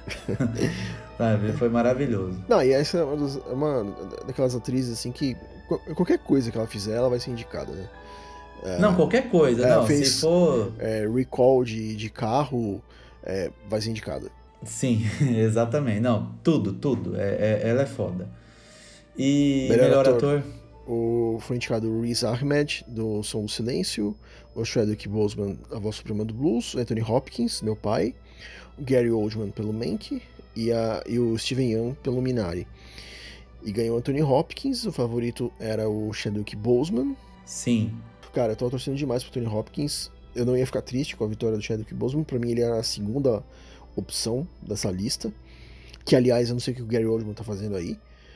[SPEAKER 1] Sabe? Foi maravilhoso.
[SPEAKER 2] Não, e essa é uma daquelas atrizes assim que qualquer coisa que ela fizer, ela vai ser indicada, né?
[SPEAKER 1] Não, qualquer coisa,
[SPEAKER 2] fez,
[SPEAKER 1] se for...
[SPEAKER 2] recall de carro, vai ser indicada.
[SPEAKER 1] Sim, exatamente. Não, tudo. Ela é foda. E melhor ator?
[SPEAKER 2] Foi indicado o Riz Ahmed, do Som do Silêncio, o Chadwick Boseman, A Voz Suprema do Blues, Anthony Hopkins, Meu Pai, o Gary Oldman pelo Mank e o Steven Yeun pelo Minari. E ganhou Anthony Hopkins, o favorito era o Chadwick Boseman.
[SPEAKER 1] Sim.
[SPEAKER 2] Cara, eu tava torcendo demais pro Anthony Hopkins. Eu não ia ficar triste com a vitória do Chadwick Boseman. Pra mim, ele era a segunda opção dessa lista. Que, aliás, eu não sei o que o Gary Oldman tá fazendo aí.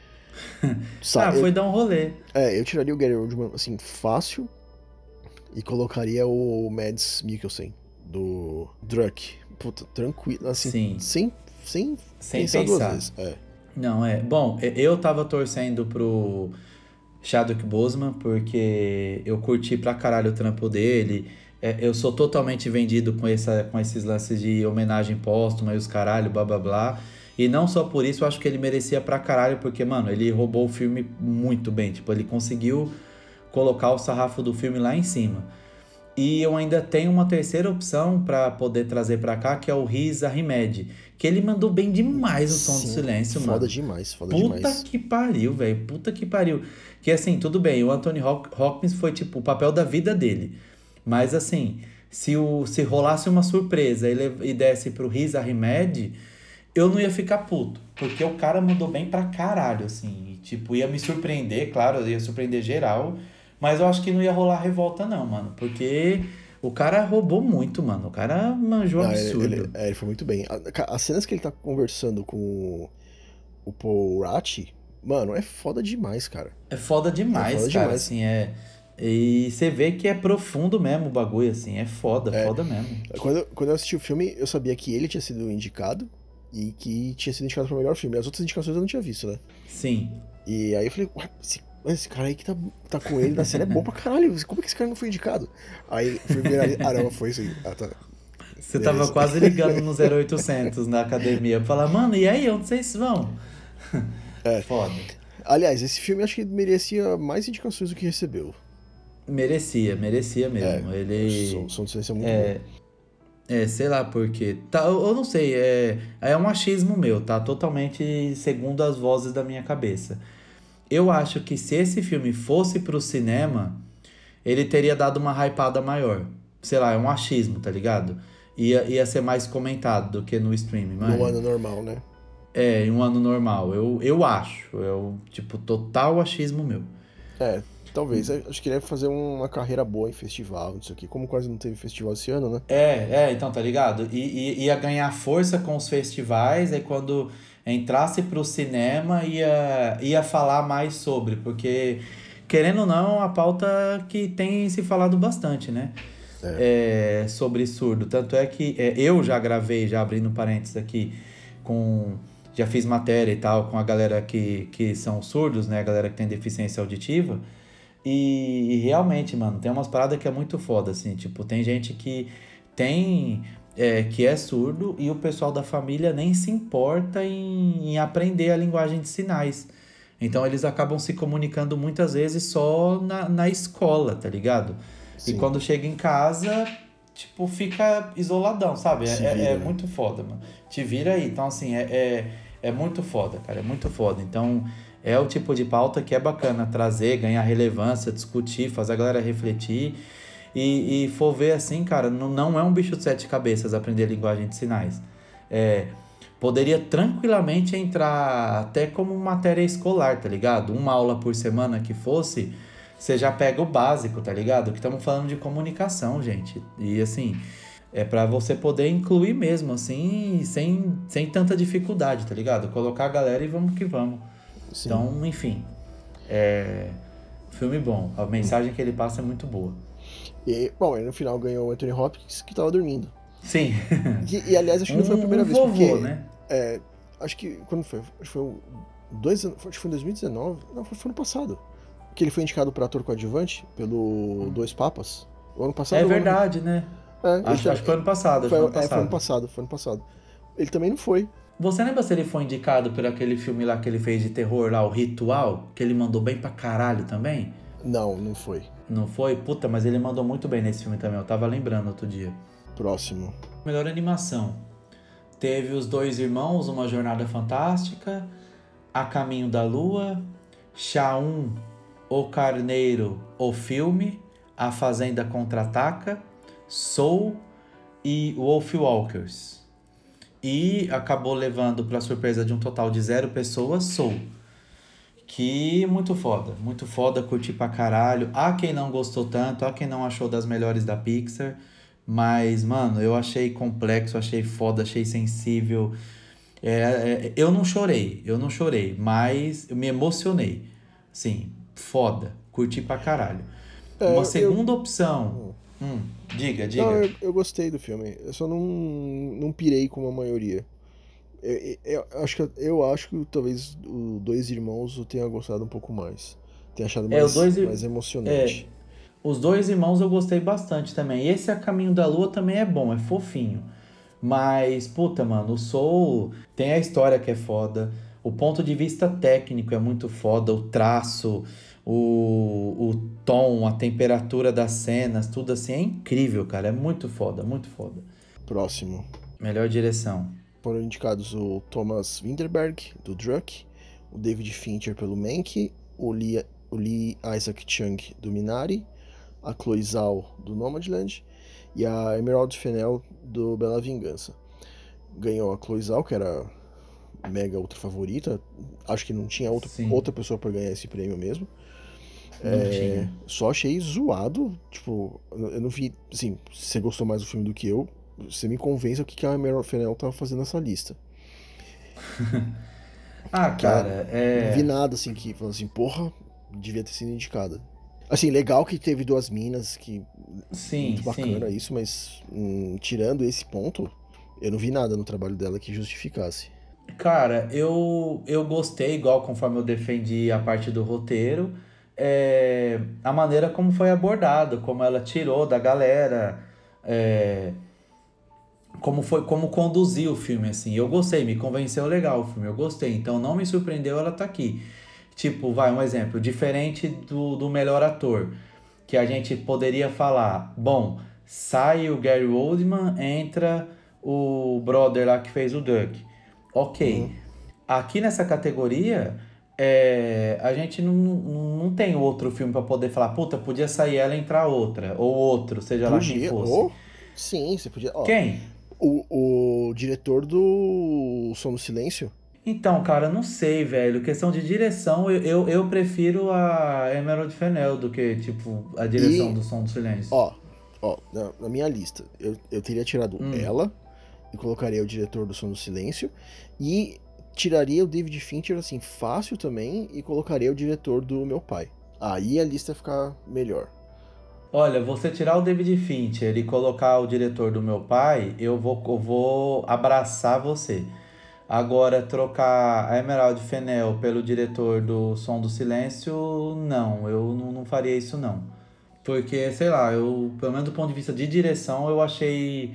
[SPEAKER 1] Foi dar um rolê.
[SPEAKER 2] Eu tiraria o Gary Oldman, assim, fácil. E colocaria o Mads Mikkelsen, do Druck. Puta, tranquilo, assim, sem pensar duas vezes.
[SPEAKER 1] Não, Bom, eu tava torcendo pro Chadwick Boseman, porque eu curti pra caralho o trampo dele. Eu sou totalmente vendido com esses lances de homenagem póstuma e os caralho, blá blá blá. E não só por isso, eu acho que ele merecia pra caralho, porque, mano, ele roubou o filme muito bem. Tipo, ele conseguiu colocar o sarrafo do filme lá em cima. E eu ainda tenho uma terceira opção pra poder trazer pra cá, que é o Riz Ahmed, que ele mandou bem demais o Som do Silêncio, mano.
[SPEAKER 2] Foda demais.
[SPEAKER 1] Puta que pariu, velho. Puta que pariu. Que assim, tudo bem, o Anthony Hopkins foi tipo o papel da vida dele. Mas assim, se rolasse uma surpresa e desse pro Riz Ahmed, eu não ia ficar puto. Porque o cara mandou bem pra caralho, assim. E, tipo, ia me surpreender, claro, ia surpreender geral. Mas eu acho que não ia rolar revolta não, mano. Porque o cara roubou muito, mano. O cara manjou absurdo.
[SPEAKER 2] Ele foi muito bem. As cenas que ele tá conversando com o Paul Ratti, mano, é foda demais, cara.
[SPEAKER 1] É foda demais, cara. Demais. Assim, E você vê que é profundo mesmo o bagulho, assim. É foda mesmo.
[SPEAKER 2] Quando eu assisti o filme, eu sabia que ele tinha sido indicado e que tinha sido indicado pro melhor filme. As outras indicações eu não tinha visto, né?
[SPEAKER 1] Sim.
[SPEAKER 2] E aí eu falei, ué, esse mas esse cara aí que tá com ele na série é bom pra caralho. Como é que esse cara não foi indicado? Aí fui ver ali, não, foi isso aí. Tá.
[SPEAKER 1] Você tava quase ligando no 0800 na academia pra falar, mano, e aí, onde vocês vão? Foda.
[SPEAKER 2] Aliás, esse filme acho que merecia mais indicações do que recebeu.
[SPEAKER 1] Merecia mesmo. Ele...
[SPEAKER 2] Som de Silêncio é muito bom.
[SPEAKER 1] Sei lá por quê. Tá, eu não sei, é um achismo meu, tá? Totalmente segundo as vozes da minha cabeça. Eu acho que se esse filme fosse pro cinema, ele teria dado uma hypada maior. Sei lá, é um achismo, tá ligado? Ia ser mais comentado do que no streaming. Mas...
[SPEAKER 2] No ano normal, né?
[SPEAKER 1] Em um ano normal. Eu acho. Tipo, total achismo meu.
[SPEAKER 2] Talvez. Acho que ele ia fazer uma carreira boa em festival, não sei o quê. Como quase não teve festival esse ano, né?
[SPEAKER 1] Então, tá ligado? Ia ganhar força com os festivais, aí quando entrasse pro cinema, ia falar mais sobre, porque, querendo ou não, é uma pauta que tem se falado bastante, né? Sobre surdo. Tanto é que eu já gravei, já abrindo parênteses aqui, já fiz matéria e tal com a galera que são surdos, né? A galera que tem deficiência auditiva. E realmente, mano, tem umas paradas que é muito foda, assim. Tipo, tem gente que que é surdo e o pessoal da família nem se importa em aprender a linguagem de sinais. Então, eles acabam se comunicando muitas vezes só na escola, tá ligado? Sim. E quando chega em casa, tipo, fica isoladão, sabe? É muito foda, mano. Te vira aí. Então, assim, é muito foda, cara. É muito foda. Então... é o tipo de pauta que é bacana trazer, ganhar relevância, discutir, fazer a galera refletir. E for ver assim, cara, não é um bicho de 7 cabeças aprender linguagem de sinais. Poderia tranquilamente entrar até como matéria escolar, tá ligado? Uma aula por semana que fosse, você já pega o básico, tá ligado? Que estamos falando de comunicação, gente. E assim, é pra você poder incluir mesmo, assim, sem tanta dificuldade, tá ligado? Colocar a galera e vamos que vamos. Sim. Então, enfim, filme bom. A mensagem que ele passa é muito boa.
[SPEAKER 2] E, bom, no final ganhou o Anthony Hopkins, que tava dormindo.
[SPEAKER 1] Sim.
[SPEAKER 2] E aliás, acho que não foi a primeira vez, porque...
[SPEAKER 1] né?
[SPEAKER 2] Acho que, quando foi? Acho que foi em 2019? Não, foi ano passado. Que ele foi indicado para ator coadjuvante pelo Dois Papas. O ano passado.
[SPEAKER 1] É verdade, né? Acho que foi ano passado. Foi
[SPEAKER 2] ano passado. Ele também não foi.
[SPEAKER 1] Você lembra se ele foi indicado por aquele filme lá que ele fez de terror lá, O Ritual? Que ele mandou bem pra caralho também?
[SPEAKER 2] Não foi.
[SPEAKER 1] Não foi? Puta, mas ele mandou muito bem nesse filme também. Eu tava lembrando outro dia.
[SPEAKER 2] Próximo.
[SPEAKER 1] Melhor animação. Teve Os Dois Irmãos, Uma Jornada Fantástica, A Caminho da Lua, Sha-1, O Carneiro, O Filme, A Fazenda Contra-Ataca, Soul e Wolfwalkers. E acabou levando, pra surpresa de um total de 0 pessoas, Soul. Que muito foda, curti pra caralho. Há quem não gostou tanto, há quem não achou das melhores da Pixar. Mas, mano, eu achei complexo, achei foda, achei sensível. Eu não chorei, mas eu me emocionei. Sim, foda, curti pra caralho. Uma segunda opção... diga.
[SPEAKER 2] Não, eu gostei do filme. Eu só não pirei como a maioria. Eu acho que talvez o Dois Irmãos eu tenha gostado um pouco mais. Tenha achado mais emocionante.
[SPEAKER 1] Os Dois Irmãos eu gostei bastante também. Esse A Caminho da Lua também é bom, é fofinho. Mas, puta, mano, o Soul tem a história que é foda. O ponto de vista técnico é muito foda. O traço, o tom, a temperatura das cenas, tudo assim é incrível, cara. É muito foda, muito foda.
[SPEAKER 2] Próximo.
[SPEAKER 1] Melhor direção.
[SPEAKER 2] Foram indicados o Thomas Vinterberg, do Druck, o David Fincher pelo Mank, o Lee Isaac Chung, do Minari, a Chloe Zhao, do Nomadland, e a Emerald Fennell, do Bela Vingança. Ganhou a Chloe Zhao, que era mega ultra favorita. Acho que não tinha outra pessoa para ganhar esse prêmio mesmo. Só achei zoado. Tipo, eu não vi. Assim, se você gostou mais do filme do que eu, você me convence o que a Emerald Fennell tava fazendo nessa lista.
[SPEAKER 1] Cara,
[SPEAKER 2] não vi nada assim que falou assim, porra, devia ter sido indicada. Assim, legal que teve 2 minas, que muito bacana isso, mas tirando esse ponto, eu não vi nada no trabalho dela que justificasse.
[SPEAKER 1] Cara, eu gostei, igual conforme eu defendi a parte do roteiro, a maneira como foi abordado, como ela tirou da galera, é, como conduziu o filme, assim. Eu gostei, me convenceu legal o filme, eu gostei. Então não me surpreendeu ela tá aqui. Tipo, vai, um exemplo, diferente do melhor ator, que a gente poderia falar, bom, sai o Gary Oldman, entra o brother lá que fez o Duck. Ok. Aqui nessa categoria, a gente não tem outro filme pra poder falar, puta, podia sair ela e entrar outra, ou outro, seja lá quem fosse.
[SPEAKER 2] Sim, você podia. Ó,
[SPEAKER 1] Quem?
[SPEAKER 2] o diretor do Som do Silêncio.
[SPEAKER 1] Então, cara, não sei, velho. Questão de direção, eu prefiro a Emerald Fennell do que, tipo, a direção do Som do Silêncio.
[SPEAKER 2] Ó, na minha lista, eu teria tirado ela e colocaria o diretor do Som do Silêncio e tiraria o David Fincher, assim, fácil também, e colocaria o diretor do Meu Pai. Aí a lista ia ficar melhor.
[SPEAKER 1] Olha, você tirar o David Fincher e colocar o diretor do Meu Pai, eu vou abraçar você. Agora, trocar a Emerald Fennell pelo diretor do Som do Silêncio, não, eu não faria isso não. Porque, sei lá, pelo menos do ponto de vista de direção, eu achei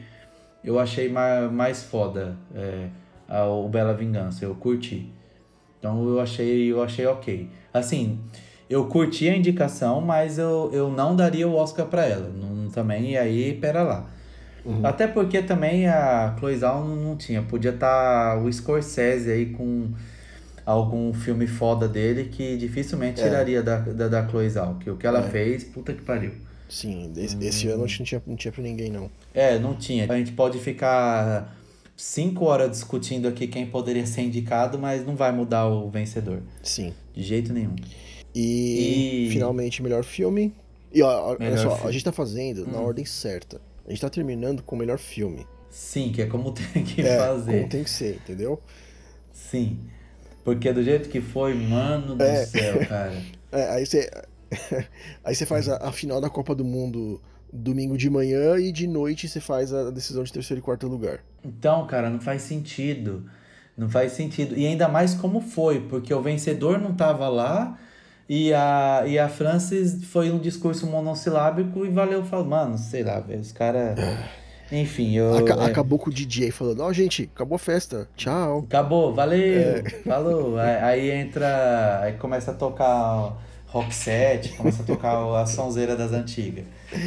[SPEAKER 1] mais foda o Bela Vingança, eu curti. Então eu achei ok. Assim, eu curti a indicação, mas eu não daria o Oscar pra ela. Também, e aí, pera lá. Até porque também a Chloe Zhao não tinha. Podia estar o Scorsese aí com algum filme foda dele que dificilmente tiraria da Chloe Zhao. Que o que ela fez, puta que pariu.
[SPEAKER 2] Sim, esse ano acho que não tinha pra ninguém, não.
[SPEAKER 1] Não tinha. A gente pode ficar 5 horas discutindo aqui quem poderia ser indicado, mas não vai mudar o vencedor.
[SPEAKER 2] Sim.
[SPEAKER 1] De jeito nenhum.
[SPEAKER 2] E finalmente, melhor filme. E olha só,
[SPEAKER 1] filme.
[SPEAKER 2] a gente tá fazendo na ordem certa. A gente tá terminando com o melhor filme.
[SPEAKER 1] Sim, que é como tem que fazer.
[SPEAKER 2] Como tem que ser, entendeu?
[SPEAKER 1] Sim. Porque do jeito que foi, mano do céu, cara.
[SPEAKER 2] Aí você faz a final da Copa do Mundo domingo de manhã e de noite você faz a decisão de terceiro e quarto lugar.
[SPEAKER 1] Então, cara, não faz sentido. Não faz sentido. E ainda mais como foi, porque o vencedor não tava lá e a Frances foi um discurso monossilábico e valeu. Mano, sei lá, velho, os caras... Enfim,
[SPEAKER 2] acabou com o DJ falando, gente, acabou a festa, tchau.
[SPEAKER 1] Acabou, valeu, falou. Aí entra, aí começa a tocar rock set, começa a tocar a sonzeira das antigas.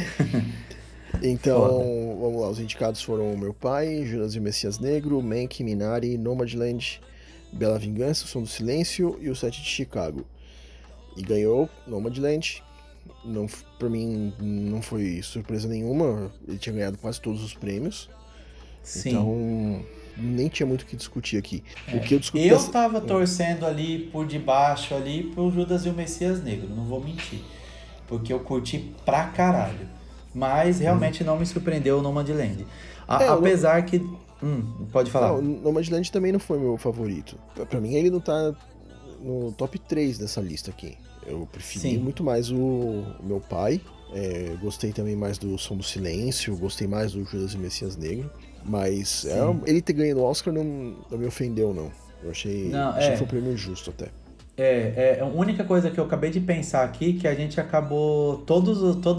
[SPEAKER 2] Então,
[SPEAKER 1] Foda.
[SPEAKER 2] Vamos lá, os indicados foram O Meu Pai, Judas e o Messias Negro, Mank, Minari, Nomadland, Bela Vingança, O Som do Silêncio e O Sete de Chicago. E ganhou Nomadland. Não, pra mim não foi surpresa nenhuma, ele tinha ganhado quase todos os prêmios.
[SPEAKER 1] Sim.
[SPEAKER 2] Então nem tinha muito o que discutir aqui. O que
[SPEAKER 1] eu tava torcendo ali por debaixo ali pro Judas e o Messias Negro, não vou mentir, porque eu curti pra caralho, mas realmente não me surpreendeu o Nomadland. Apesar que pode falar.
[SPEAKER 2] Não, o Nomadland também não foi meu favorito. Pra mim ele não tá no top 3 dessa lista aqui. Eu preferi muito mais o Meu Pai. Gostei também mais do Som do Silêncio. Gostei mais do Judas e o Messias Negro. Mas ele ter ganho o Oscar não me ofendeu, não. Eu achei que foi um prêmio justo até.
[SPEAKER 1] A única coisa que eu acabei de pensar aqui que a gente acabou todos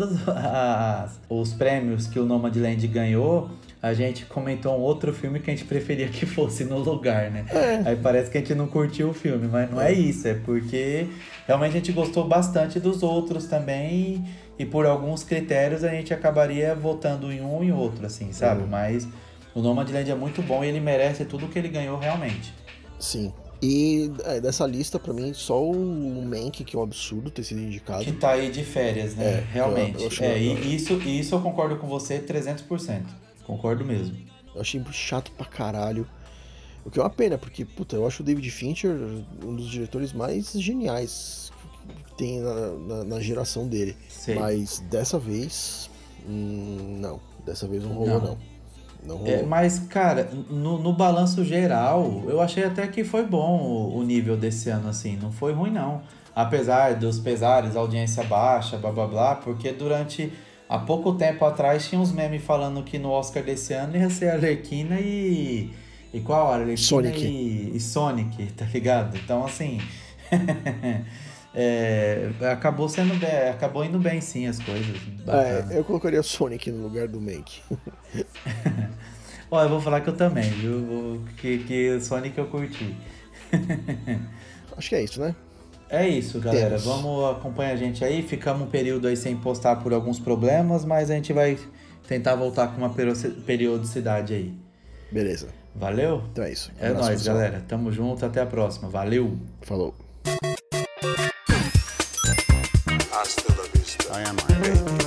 [SPEAKER 1] os prêmios que o Nomadland ganhou, a gente comentou um outro filme que a gente preferia que fosse no lugar, né? Aí parece que a gente não curtiu o filme, mas não é isso, é porque realmente a gente gostou bastante dos outros também e por alguns critérios a gente acabaria votando em um e outro, assim, sabe? Mas o Nomadland é muito bom e ele merece tudo que ele ganhou realmente.
[SPEAKER 2] Sim. E dessa lista, pra mim, só o Mank, que é um absurdo ter sido indicado.
[SPEAKER 1] Que tá aí de férias, né? Realmente. E isso eu concordo com você 300%. Concordo mesmo.
[SPEAKER 2] Eu achei chato pra caralho. O que é uma pena, porque, puta, eu acho o David Fincher um dos diretores mais geniais que tem na geração dele.
[SPEAKER 1] Sei.
[SPEAKER 2] Mas dessa vez, não. Dessa vez não rolou, não. Não rolou.
[SPEAKER 1] Mas, cara, no balanço geral, eu achei até que foi bom o nível desse ano, assim. Não foi ruim, não. Apesar dos pesares, audiência baixa, blá, blá, blá. Porque há pouco tempo atrás, tinha uns memes falando que no Oscar desse ano ia ser Arlequina e qual? Arlequina
[SPEAKER 2] Sonic.
[SPEAKER 1] E Sonic, tá ligado? Então, assim... acabou sendo bem, acabou indo bem sim as coisas. Bacana.
[SPEAKER 2] Eu colocaria o Sonic no lugar do Mank.
[SPEAKER 1] Ó, eu vou falar que eu também, viu? Que Sonic eu curti.
[SPEAKER 2] Acho que é isso, né?
[SPEAKER 1] É isso, galera.
[SPEAKER 2] Temos.
[SPEAKER 1] Vamos acompanhar a gente aí. Ficamos um período aí sem postar por alguns problemas, mas a gente vai tentar voltar com uma periodicidade aí.
[SPEAKER 2] Beleza.
[SPEAKER 1] Valeu?
[SPEAKER 2] Então é isso.
[SPEAKER 1] É nóis, galera. Tamo junto. Até a próxima. Valeu.
[SPEAKER 2] Falou.
[SPEAKER 3] Hasta la vista. I am my baby.